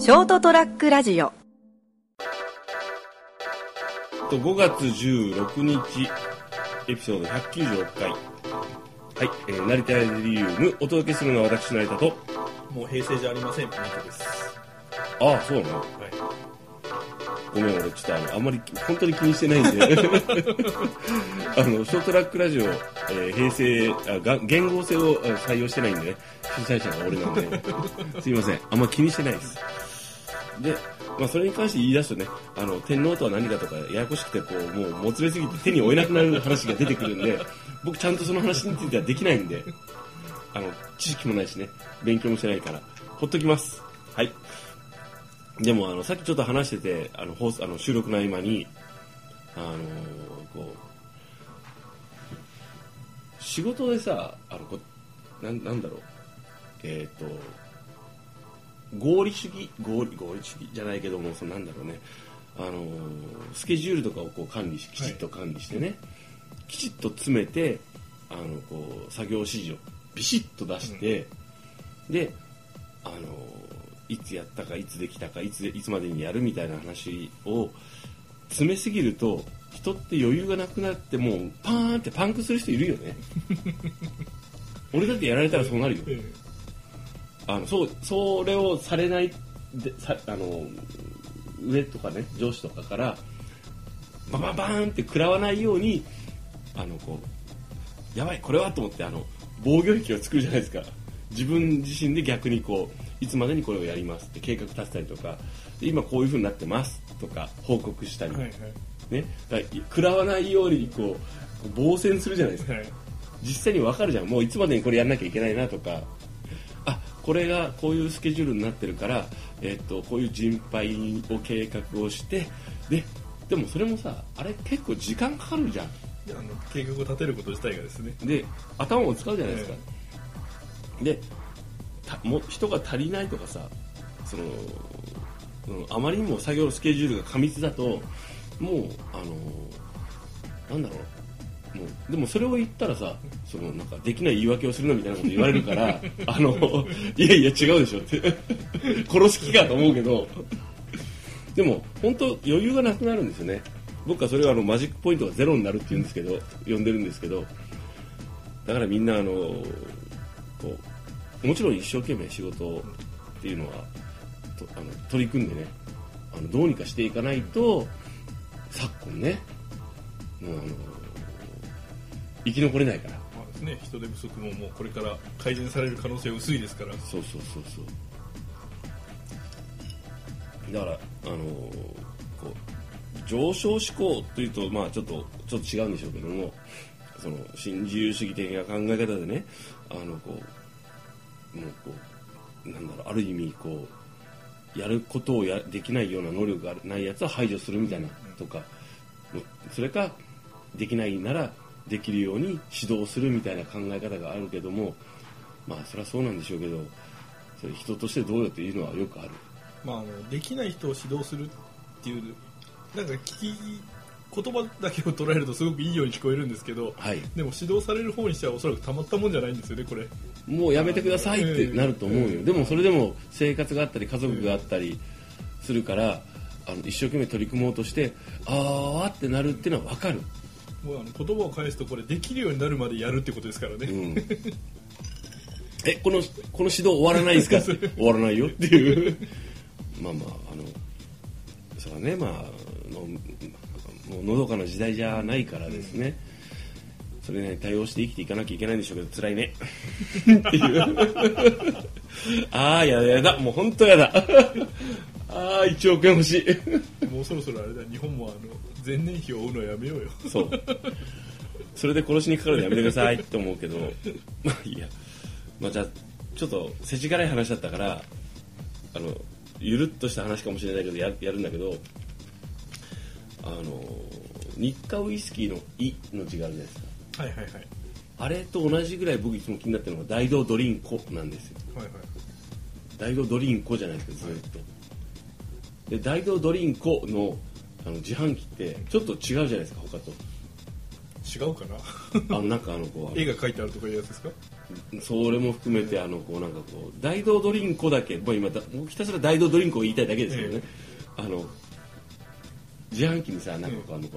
ショートトラックラジオ 5月16日エピソード196回、はい、成田エリウムお届けするのは私成田と、 もう平成じゃありません、ミートです。 ああそうなの、はい、ごめん俺ちょっとあんまり本当に気にしてないんでショートラックラジオ、平成言語性を採用してないんでね、主催者が俺なんですいません、あんま気にしてないですで、それに関して言い出すとね、天皇とは何かとかややこしくてこうもうもつれすぎて手に負えなくなる話が出てくるんで僕ちゃんとその話についてはできないんで、知識もないしね、勉強もしてないからほっときます。はい。でもさっきちょっと話してて収録の合間にこう仕事でさなんだろう合理主義じゃないけども、なんだろうね、スケジュールとかをこうきちっと管理してね、はい、きちっと詰めてこう作業指示をビシッと出して、でいつやったかいつできたかいつまでにやるみたいな話を詰めすぎると人って余裕がなくなってもうパーンってパンクする人いるよね俺だってやられたらそうなるよ、それをされないで上とかね、上司とかからバーンって食らわないようにこうやばいこれはと思って防御壁を作るじゃないですか。自分自身で逆にこういつまでにこれをやりますって計画立てたりとか、今こういう風になってますとか報告したり、はいはい、ね、だから食らわないようにこう防戦するじゃないですか、はい、実際に分かるじゃん、もういつまでにこれやんなきゃいけないなとか、これがこういうスケジュールになってるから、こういう人配を計画をしてでもそれもさ、あれ結構時間かかるじゃん。 計画を立てること自体がですね。 で頭を使うじゃないですか、でも人が足りないとかさ、あまりにも作業スケジュールが過密だともうなんだろう、もうでもそれを言ったらさ、なんかできない言い訳をするのみたいなこと言われるからいや違うでしょって殺す気かと思うけど、でも本当余裕がなくなるんですよね。僕はそれはマジックポイントがゼロになるって言うんですけど、呼んでるんですけど、だからみんなこうもちろん一生懸命仕事っていうのは取り組んでね、どうにかしていかないと昨今ね、もう生き残れないから。 ですね、人手不足ももうこれから改善される可能性は薄いですから。 そうだからこう上昇志向というとちょっと違うんでしょうけども、新自由主義的な考え方でね、なんだろう、ある意味こうやることをできないような能力がないやつは排除するみたいなとか、それかできないならできるように指導するみたいな考え方があるけども、そりゃそうなんでしょうけど、それ人としてどうよというのはよくある。 できない人を指導するっていうなんか言葉だけを捉えるとすごくいいように聞こえるんですけど、はい、でも指導される方にしてはおそらくたまったもんじゃないんですよね、これ。 もうやめてくださいってなると思うよ、でもそれでも生活があったり家族があったりするから、一生懸命取り組もうとしてってなるっていうのは分かる。 もう言葉を返すとこれできるようになるまでやるってことですからね、 この指導終わらないですか終わらないよっていうそれはね、もうのどかな時代じゃないからですね、それね対応して生きていかなきゃいけないんでしょうけど、辛いねっていうやだもう本当やだ1億円欲しいもうそろそろあれだ、日本も前年比を追うのやめようよそうそれで殺しにかかるのやめてくださいって思うけどいいや、じゃあちょっと世知辛い話だったからゆるっとした話かもしれないけど やるんだけど、日課ウイスキーのイの字があるじゃないですか。 はいはいはい。 あれと同じぐらい僕いつも気になってるのが大道ドリンコなんですよ。はいはい。大道ドリンコじゃないですか、ずっと。で大道ドリンコの自販機ってちょっと違うじゃないですか、他と。 違うかななんかこう絵が描いてあるとかいうやつですか？ それも含めてこうなんかこう大道ドリンコだけ、もう今もうひたすら大道ドリンコを言いたいだけですけどね、自販機にさなんかこう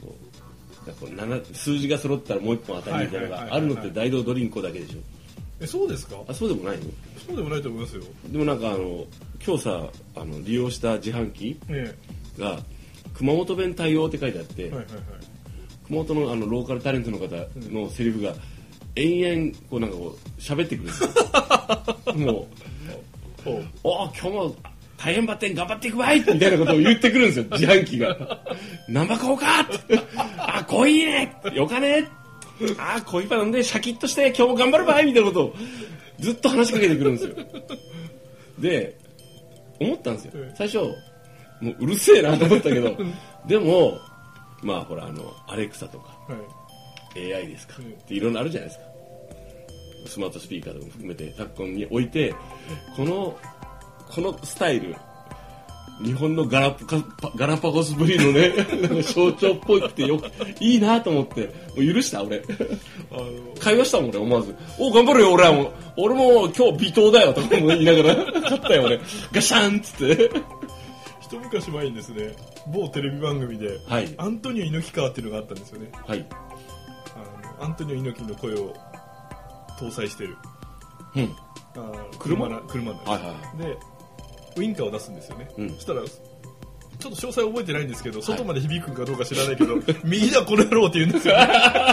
数字が揃ったらもう一本当たりみたいなのがあるのって大道ドリンコだけでしょ。 そうですか？ そうでもないの？ そうでもないと思いますよ。 でもなんか今日さ利用した自販機が熊本弁対応って書いてあって、熊本のローカルタレントの方のセリフが延々こうなんかこう喋ってくるんですよもう今日も大変ばってん頑張っていくばいみたいなことを言ってくるんですよ自販機が何箱買おうかってコーヒーねよかねコーヒーパン飲んでシャキッとして今日も頑張るばいみたいなことをずっと話しかけてくるんですよ。で思ったんですよ最初、もううるせえなと思ったけどでもまあほらアレクサとか、AI ですか、っていろんなあるじゃないですか。スマートスピーカーとかも含めて昨今に置いてこのスタイル日本のガラパゴスぶりのね象徴っぽくていいなと思ってもう許した俺会話したもん俺思わず頑張るよ俺も今日微糖だよとかも言いながら買ったよ俺ガシャンっつって一昔前にですね某テレビ番組で、アントニオ猪木カーっていうのがあったんですよね。アントニオ猪木の声を搭載してる、車なんです、でウインカーを出すんですよね、そしたらちょっと詳細覚えてないんですけど、外まで響くかどうか知らないけど右だこの野郎って言うんですよ、ね、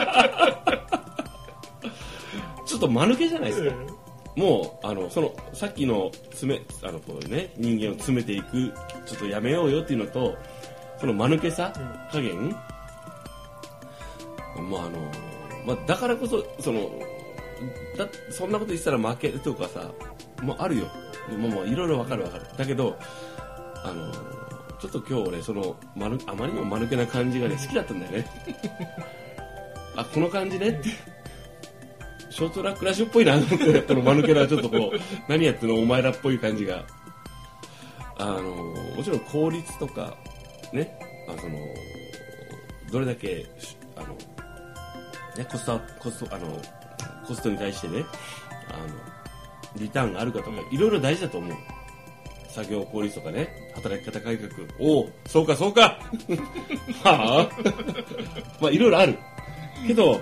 ちょっと間抜けじゃないですか、もうそのさっきのこうね人間を詰めていくちょっとやめようよっていうのとその間抜けさ加減、まあだからこそそんなこと言ってたら負けるとかさもうあるよ。もういろいろわかるだけどちょっと今日俺あまりにも間抜けな感じがね好きだったんだよねこの感じねってショートトラックラジオっぽいなと思ってこの間抜けなちょっとこう何やってんのお前らっぽい感じがもちろん効率とかねどれだけコストに対してねリターンがあるかとかいろいろ大事だと思う。作業効率とかね働き方改革そうかはまあいろいろあるけど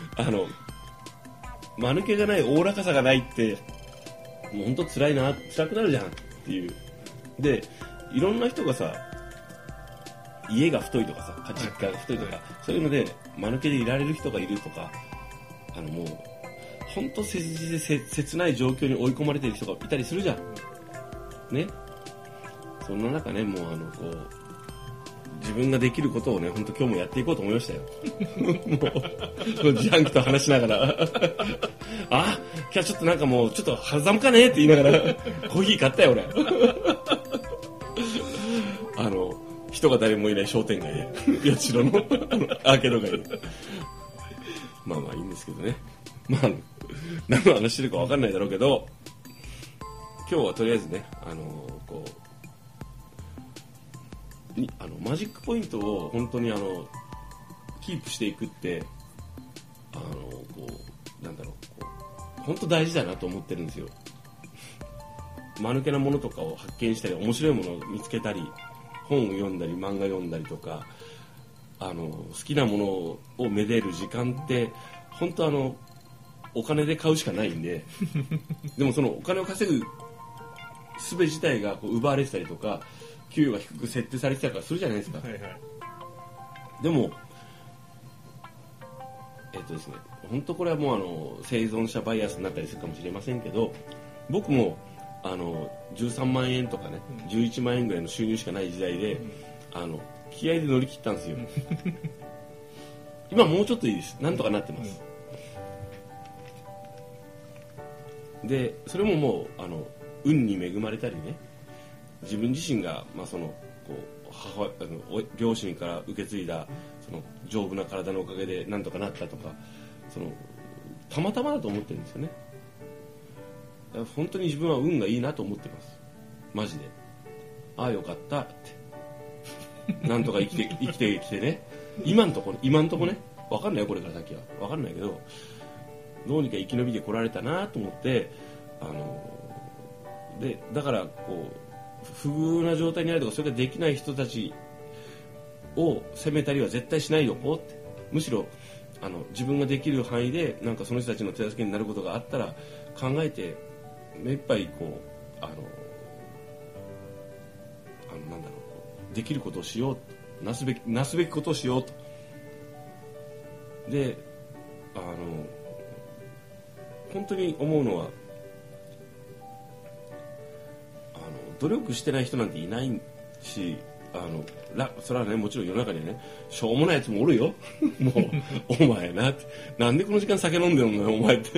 間抜けがないおおらかさがないってもうほんと辛くなるじゃんっていうでいろんな人がさ家が太いとかさ実家が太いとかそういうので間抜けでいられる人がいるとかもう本当切ない状況に追い込まれている人がいたりするじゃんね。そんな中ねもうこう自分ができることをね本当今日もやっていこうと思いましたよもう自販機と話しながら今日ちょっとなんかもうちょっと肌寒かねって言いながらコーヒー買ったよ俺人が誰もいない商店街で八代のアーケード街でまあいいんですけどね。何の話してるか分かんないだろうけど今日はとりあえずねマジックポイントを本当にキープしていくって本当大事だなと思ってるんですよ。間抜けなものとかを発見したり面白いものを見つけたり本を読んだり漫画読んだりとか好きなものをめでる時間って本当お金で買うしかないんででもそのお金を稼ぐ術自体が奪われてたりとか給与が低く設定されてたりとかするじゃないですか、でもですね本当これはもう生存者バイアスになったりするかもしれませんけど僕も13万円とかね11万円ぐらいの収入しかない時代で気合で乗り切ったんですよ今もうちょっといいですなんとかなってます、でそれももう運に恵まれたりね自分自身が、両親から受け継いだその丈夫な体のおかげでなんとかなったとかたまたまだと思ってるんですよね。だから本当に自分は運がいいなと思ってますマジで。よかったってなんとか生きてきてね今んとこね分かんないよこれから先は分かんないけど、どうにか生き延びてこられたなと思って、でだからこう不遇な状態にあるとかそれができない人たちを責めたりは絶対しないでおこうって、むしろ自分ができる範囲でなんかその人たちの手助けになることがあったら考えて目いっぱいこうなんだろう、できることをしよう、なすべきことをしようと。で本当に思うのは努力してない人なんていないし、それはねもちろん世の中にはねしょうもないやつもおるよもうお前なってなんでこの時間酒飲んでるのよお前って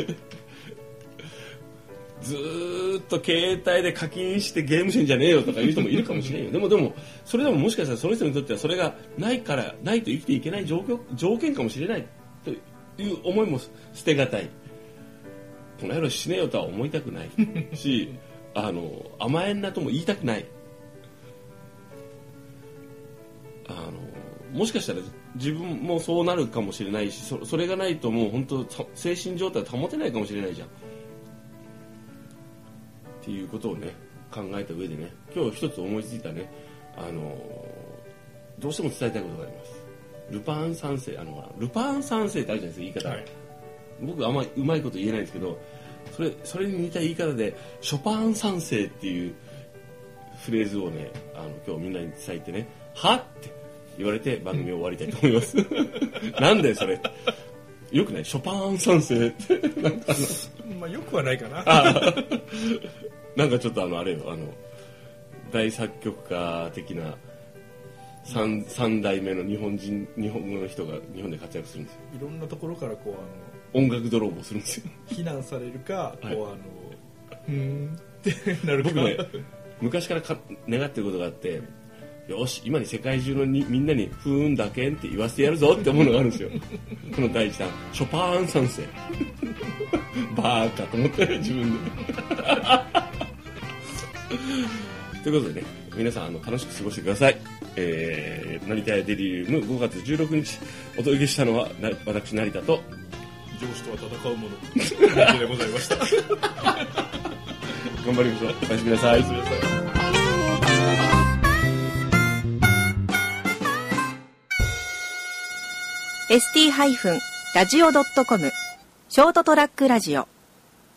ずーっと携帯で課金してゲームしてんじゃねえよとかいう人もいるかもしれんよ。でもそれでももしかしたらその人にとってはそれがないと生きていけない条件かもしれないという思いも捨てがたい。この野郎死ねよとは思いたくないし甘えんなとも言いたくない。もしかしたら自分もそうなるかもしれないし、それがないともう本当精神状態保てないかもしれないじゃんっていうことをね考えた上でね、今日一つ思いついたねどうしても伝えたいことがあります。ルパン三世ルパン三世ってあるじゃないですか言い方、はい、僕あんまりうまいこと言えないんですけど、それに似た言い方でショパン三世っていうフレーズをね今日みんなに伝えてね、はって言われて番組を終わりたいと思いますなんだよそれよくないショパン三世ってなんかまあよくはないかななんかちょっとあれよ大作曲家的な3代目の日本語の人が日本で活躍するんですよ。 いろんなところからこう音楽泥棒するんですよ。 非難されるか、はい、ってなるか。 僕ね昔から願ってることがあって、よし今に世界中のみんなにふーんだけんって言わせてやるぞって思うのがあるんですよこの第一弾ショパーン三世バーカと思って自分でということでね、皆さん楽しく過ごしてください。成田屋デリリウム5月16日お届けしたのは私成田と上司とは戦うものでございました頑張りましょう。おやすみなさい。 ST-radio.com ショートトラックラジオ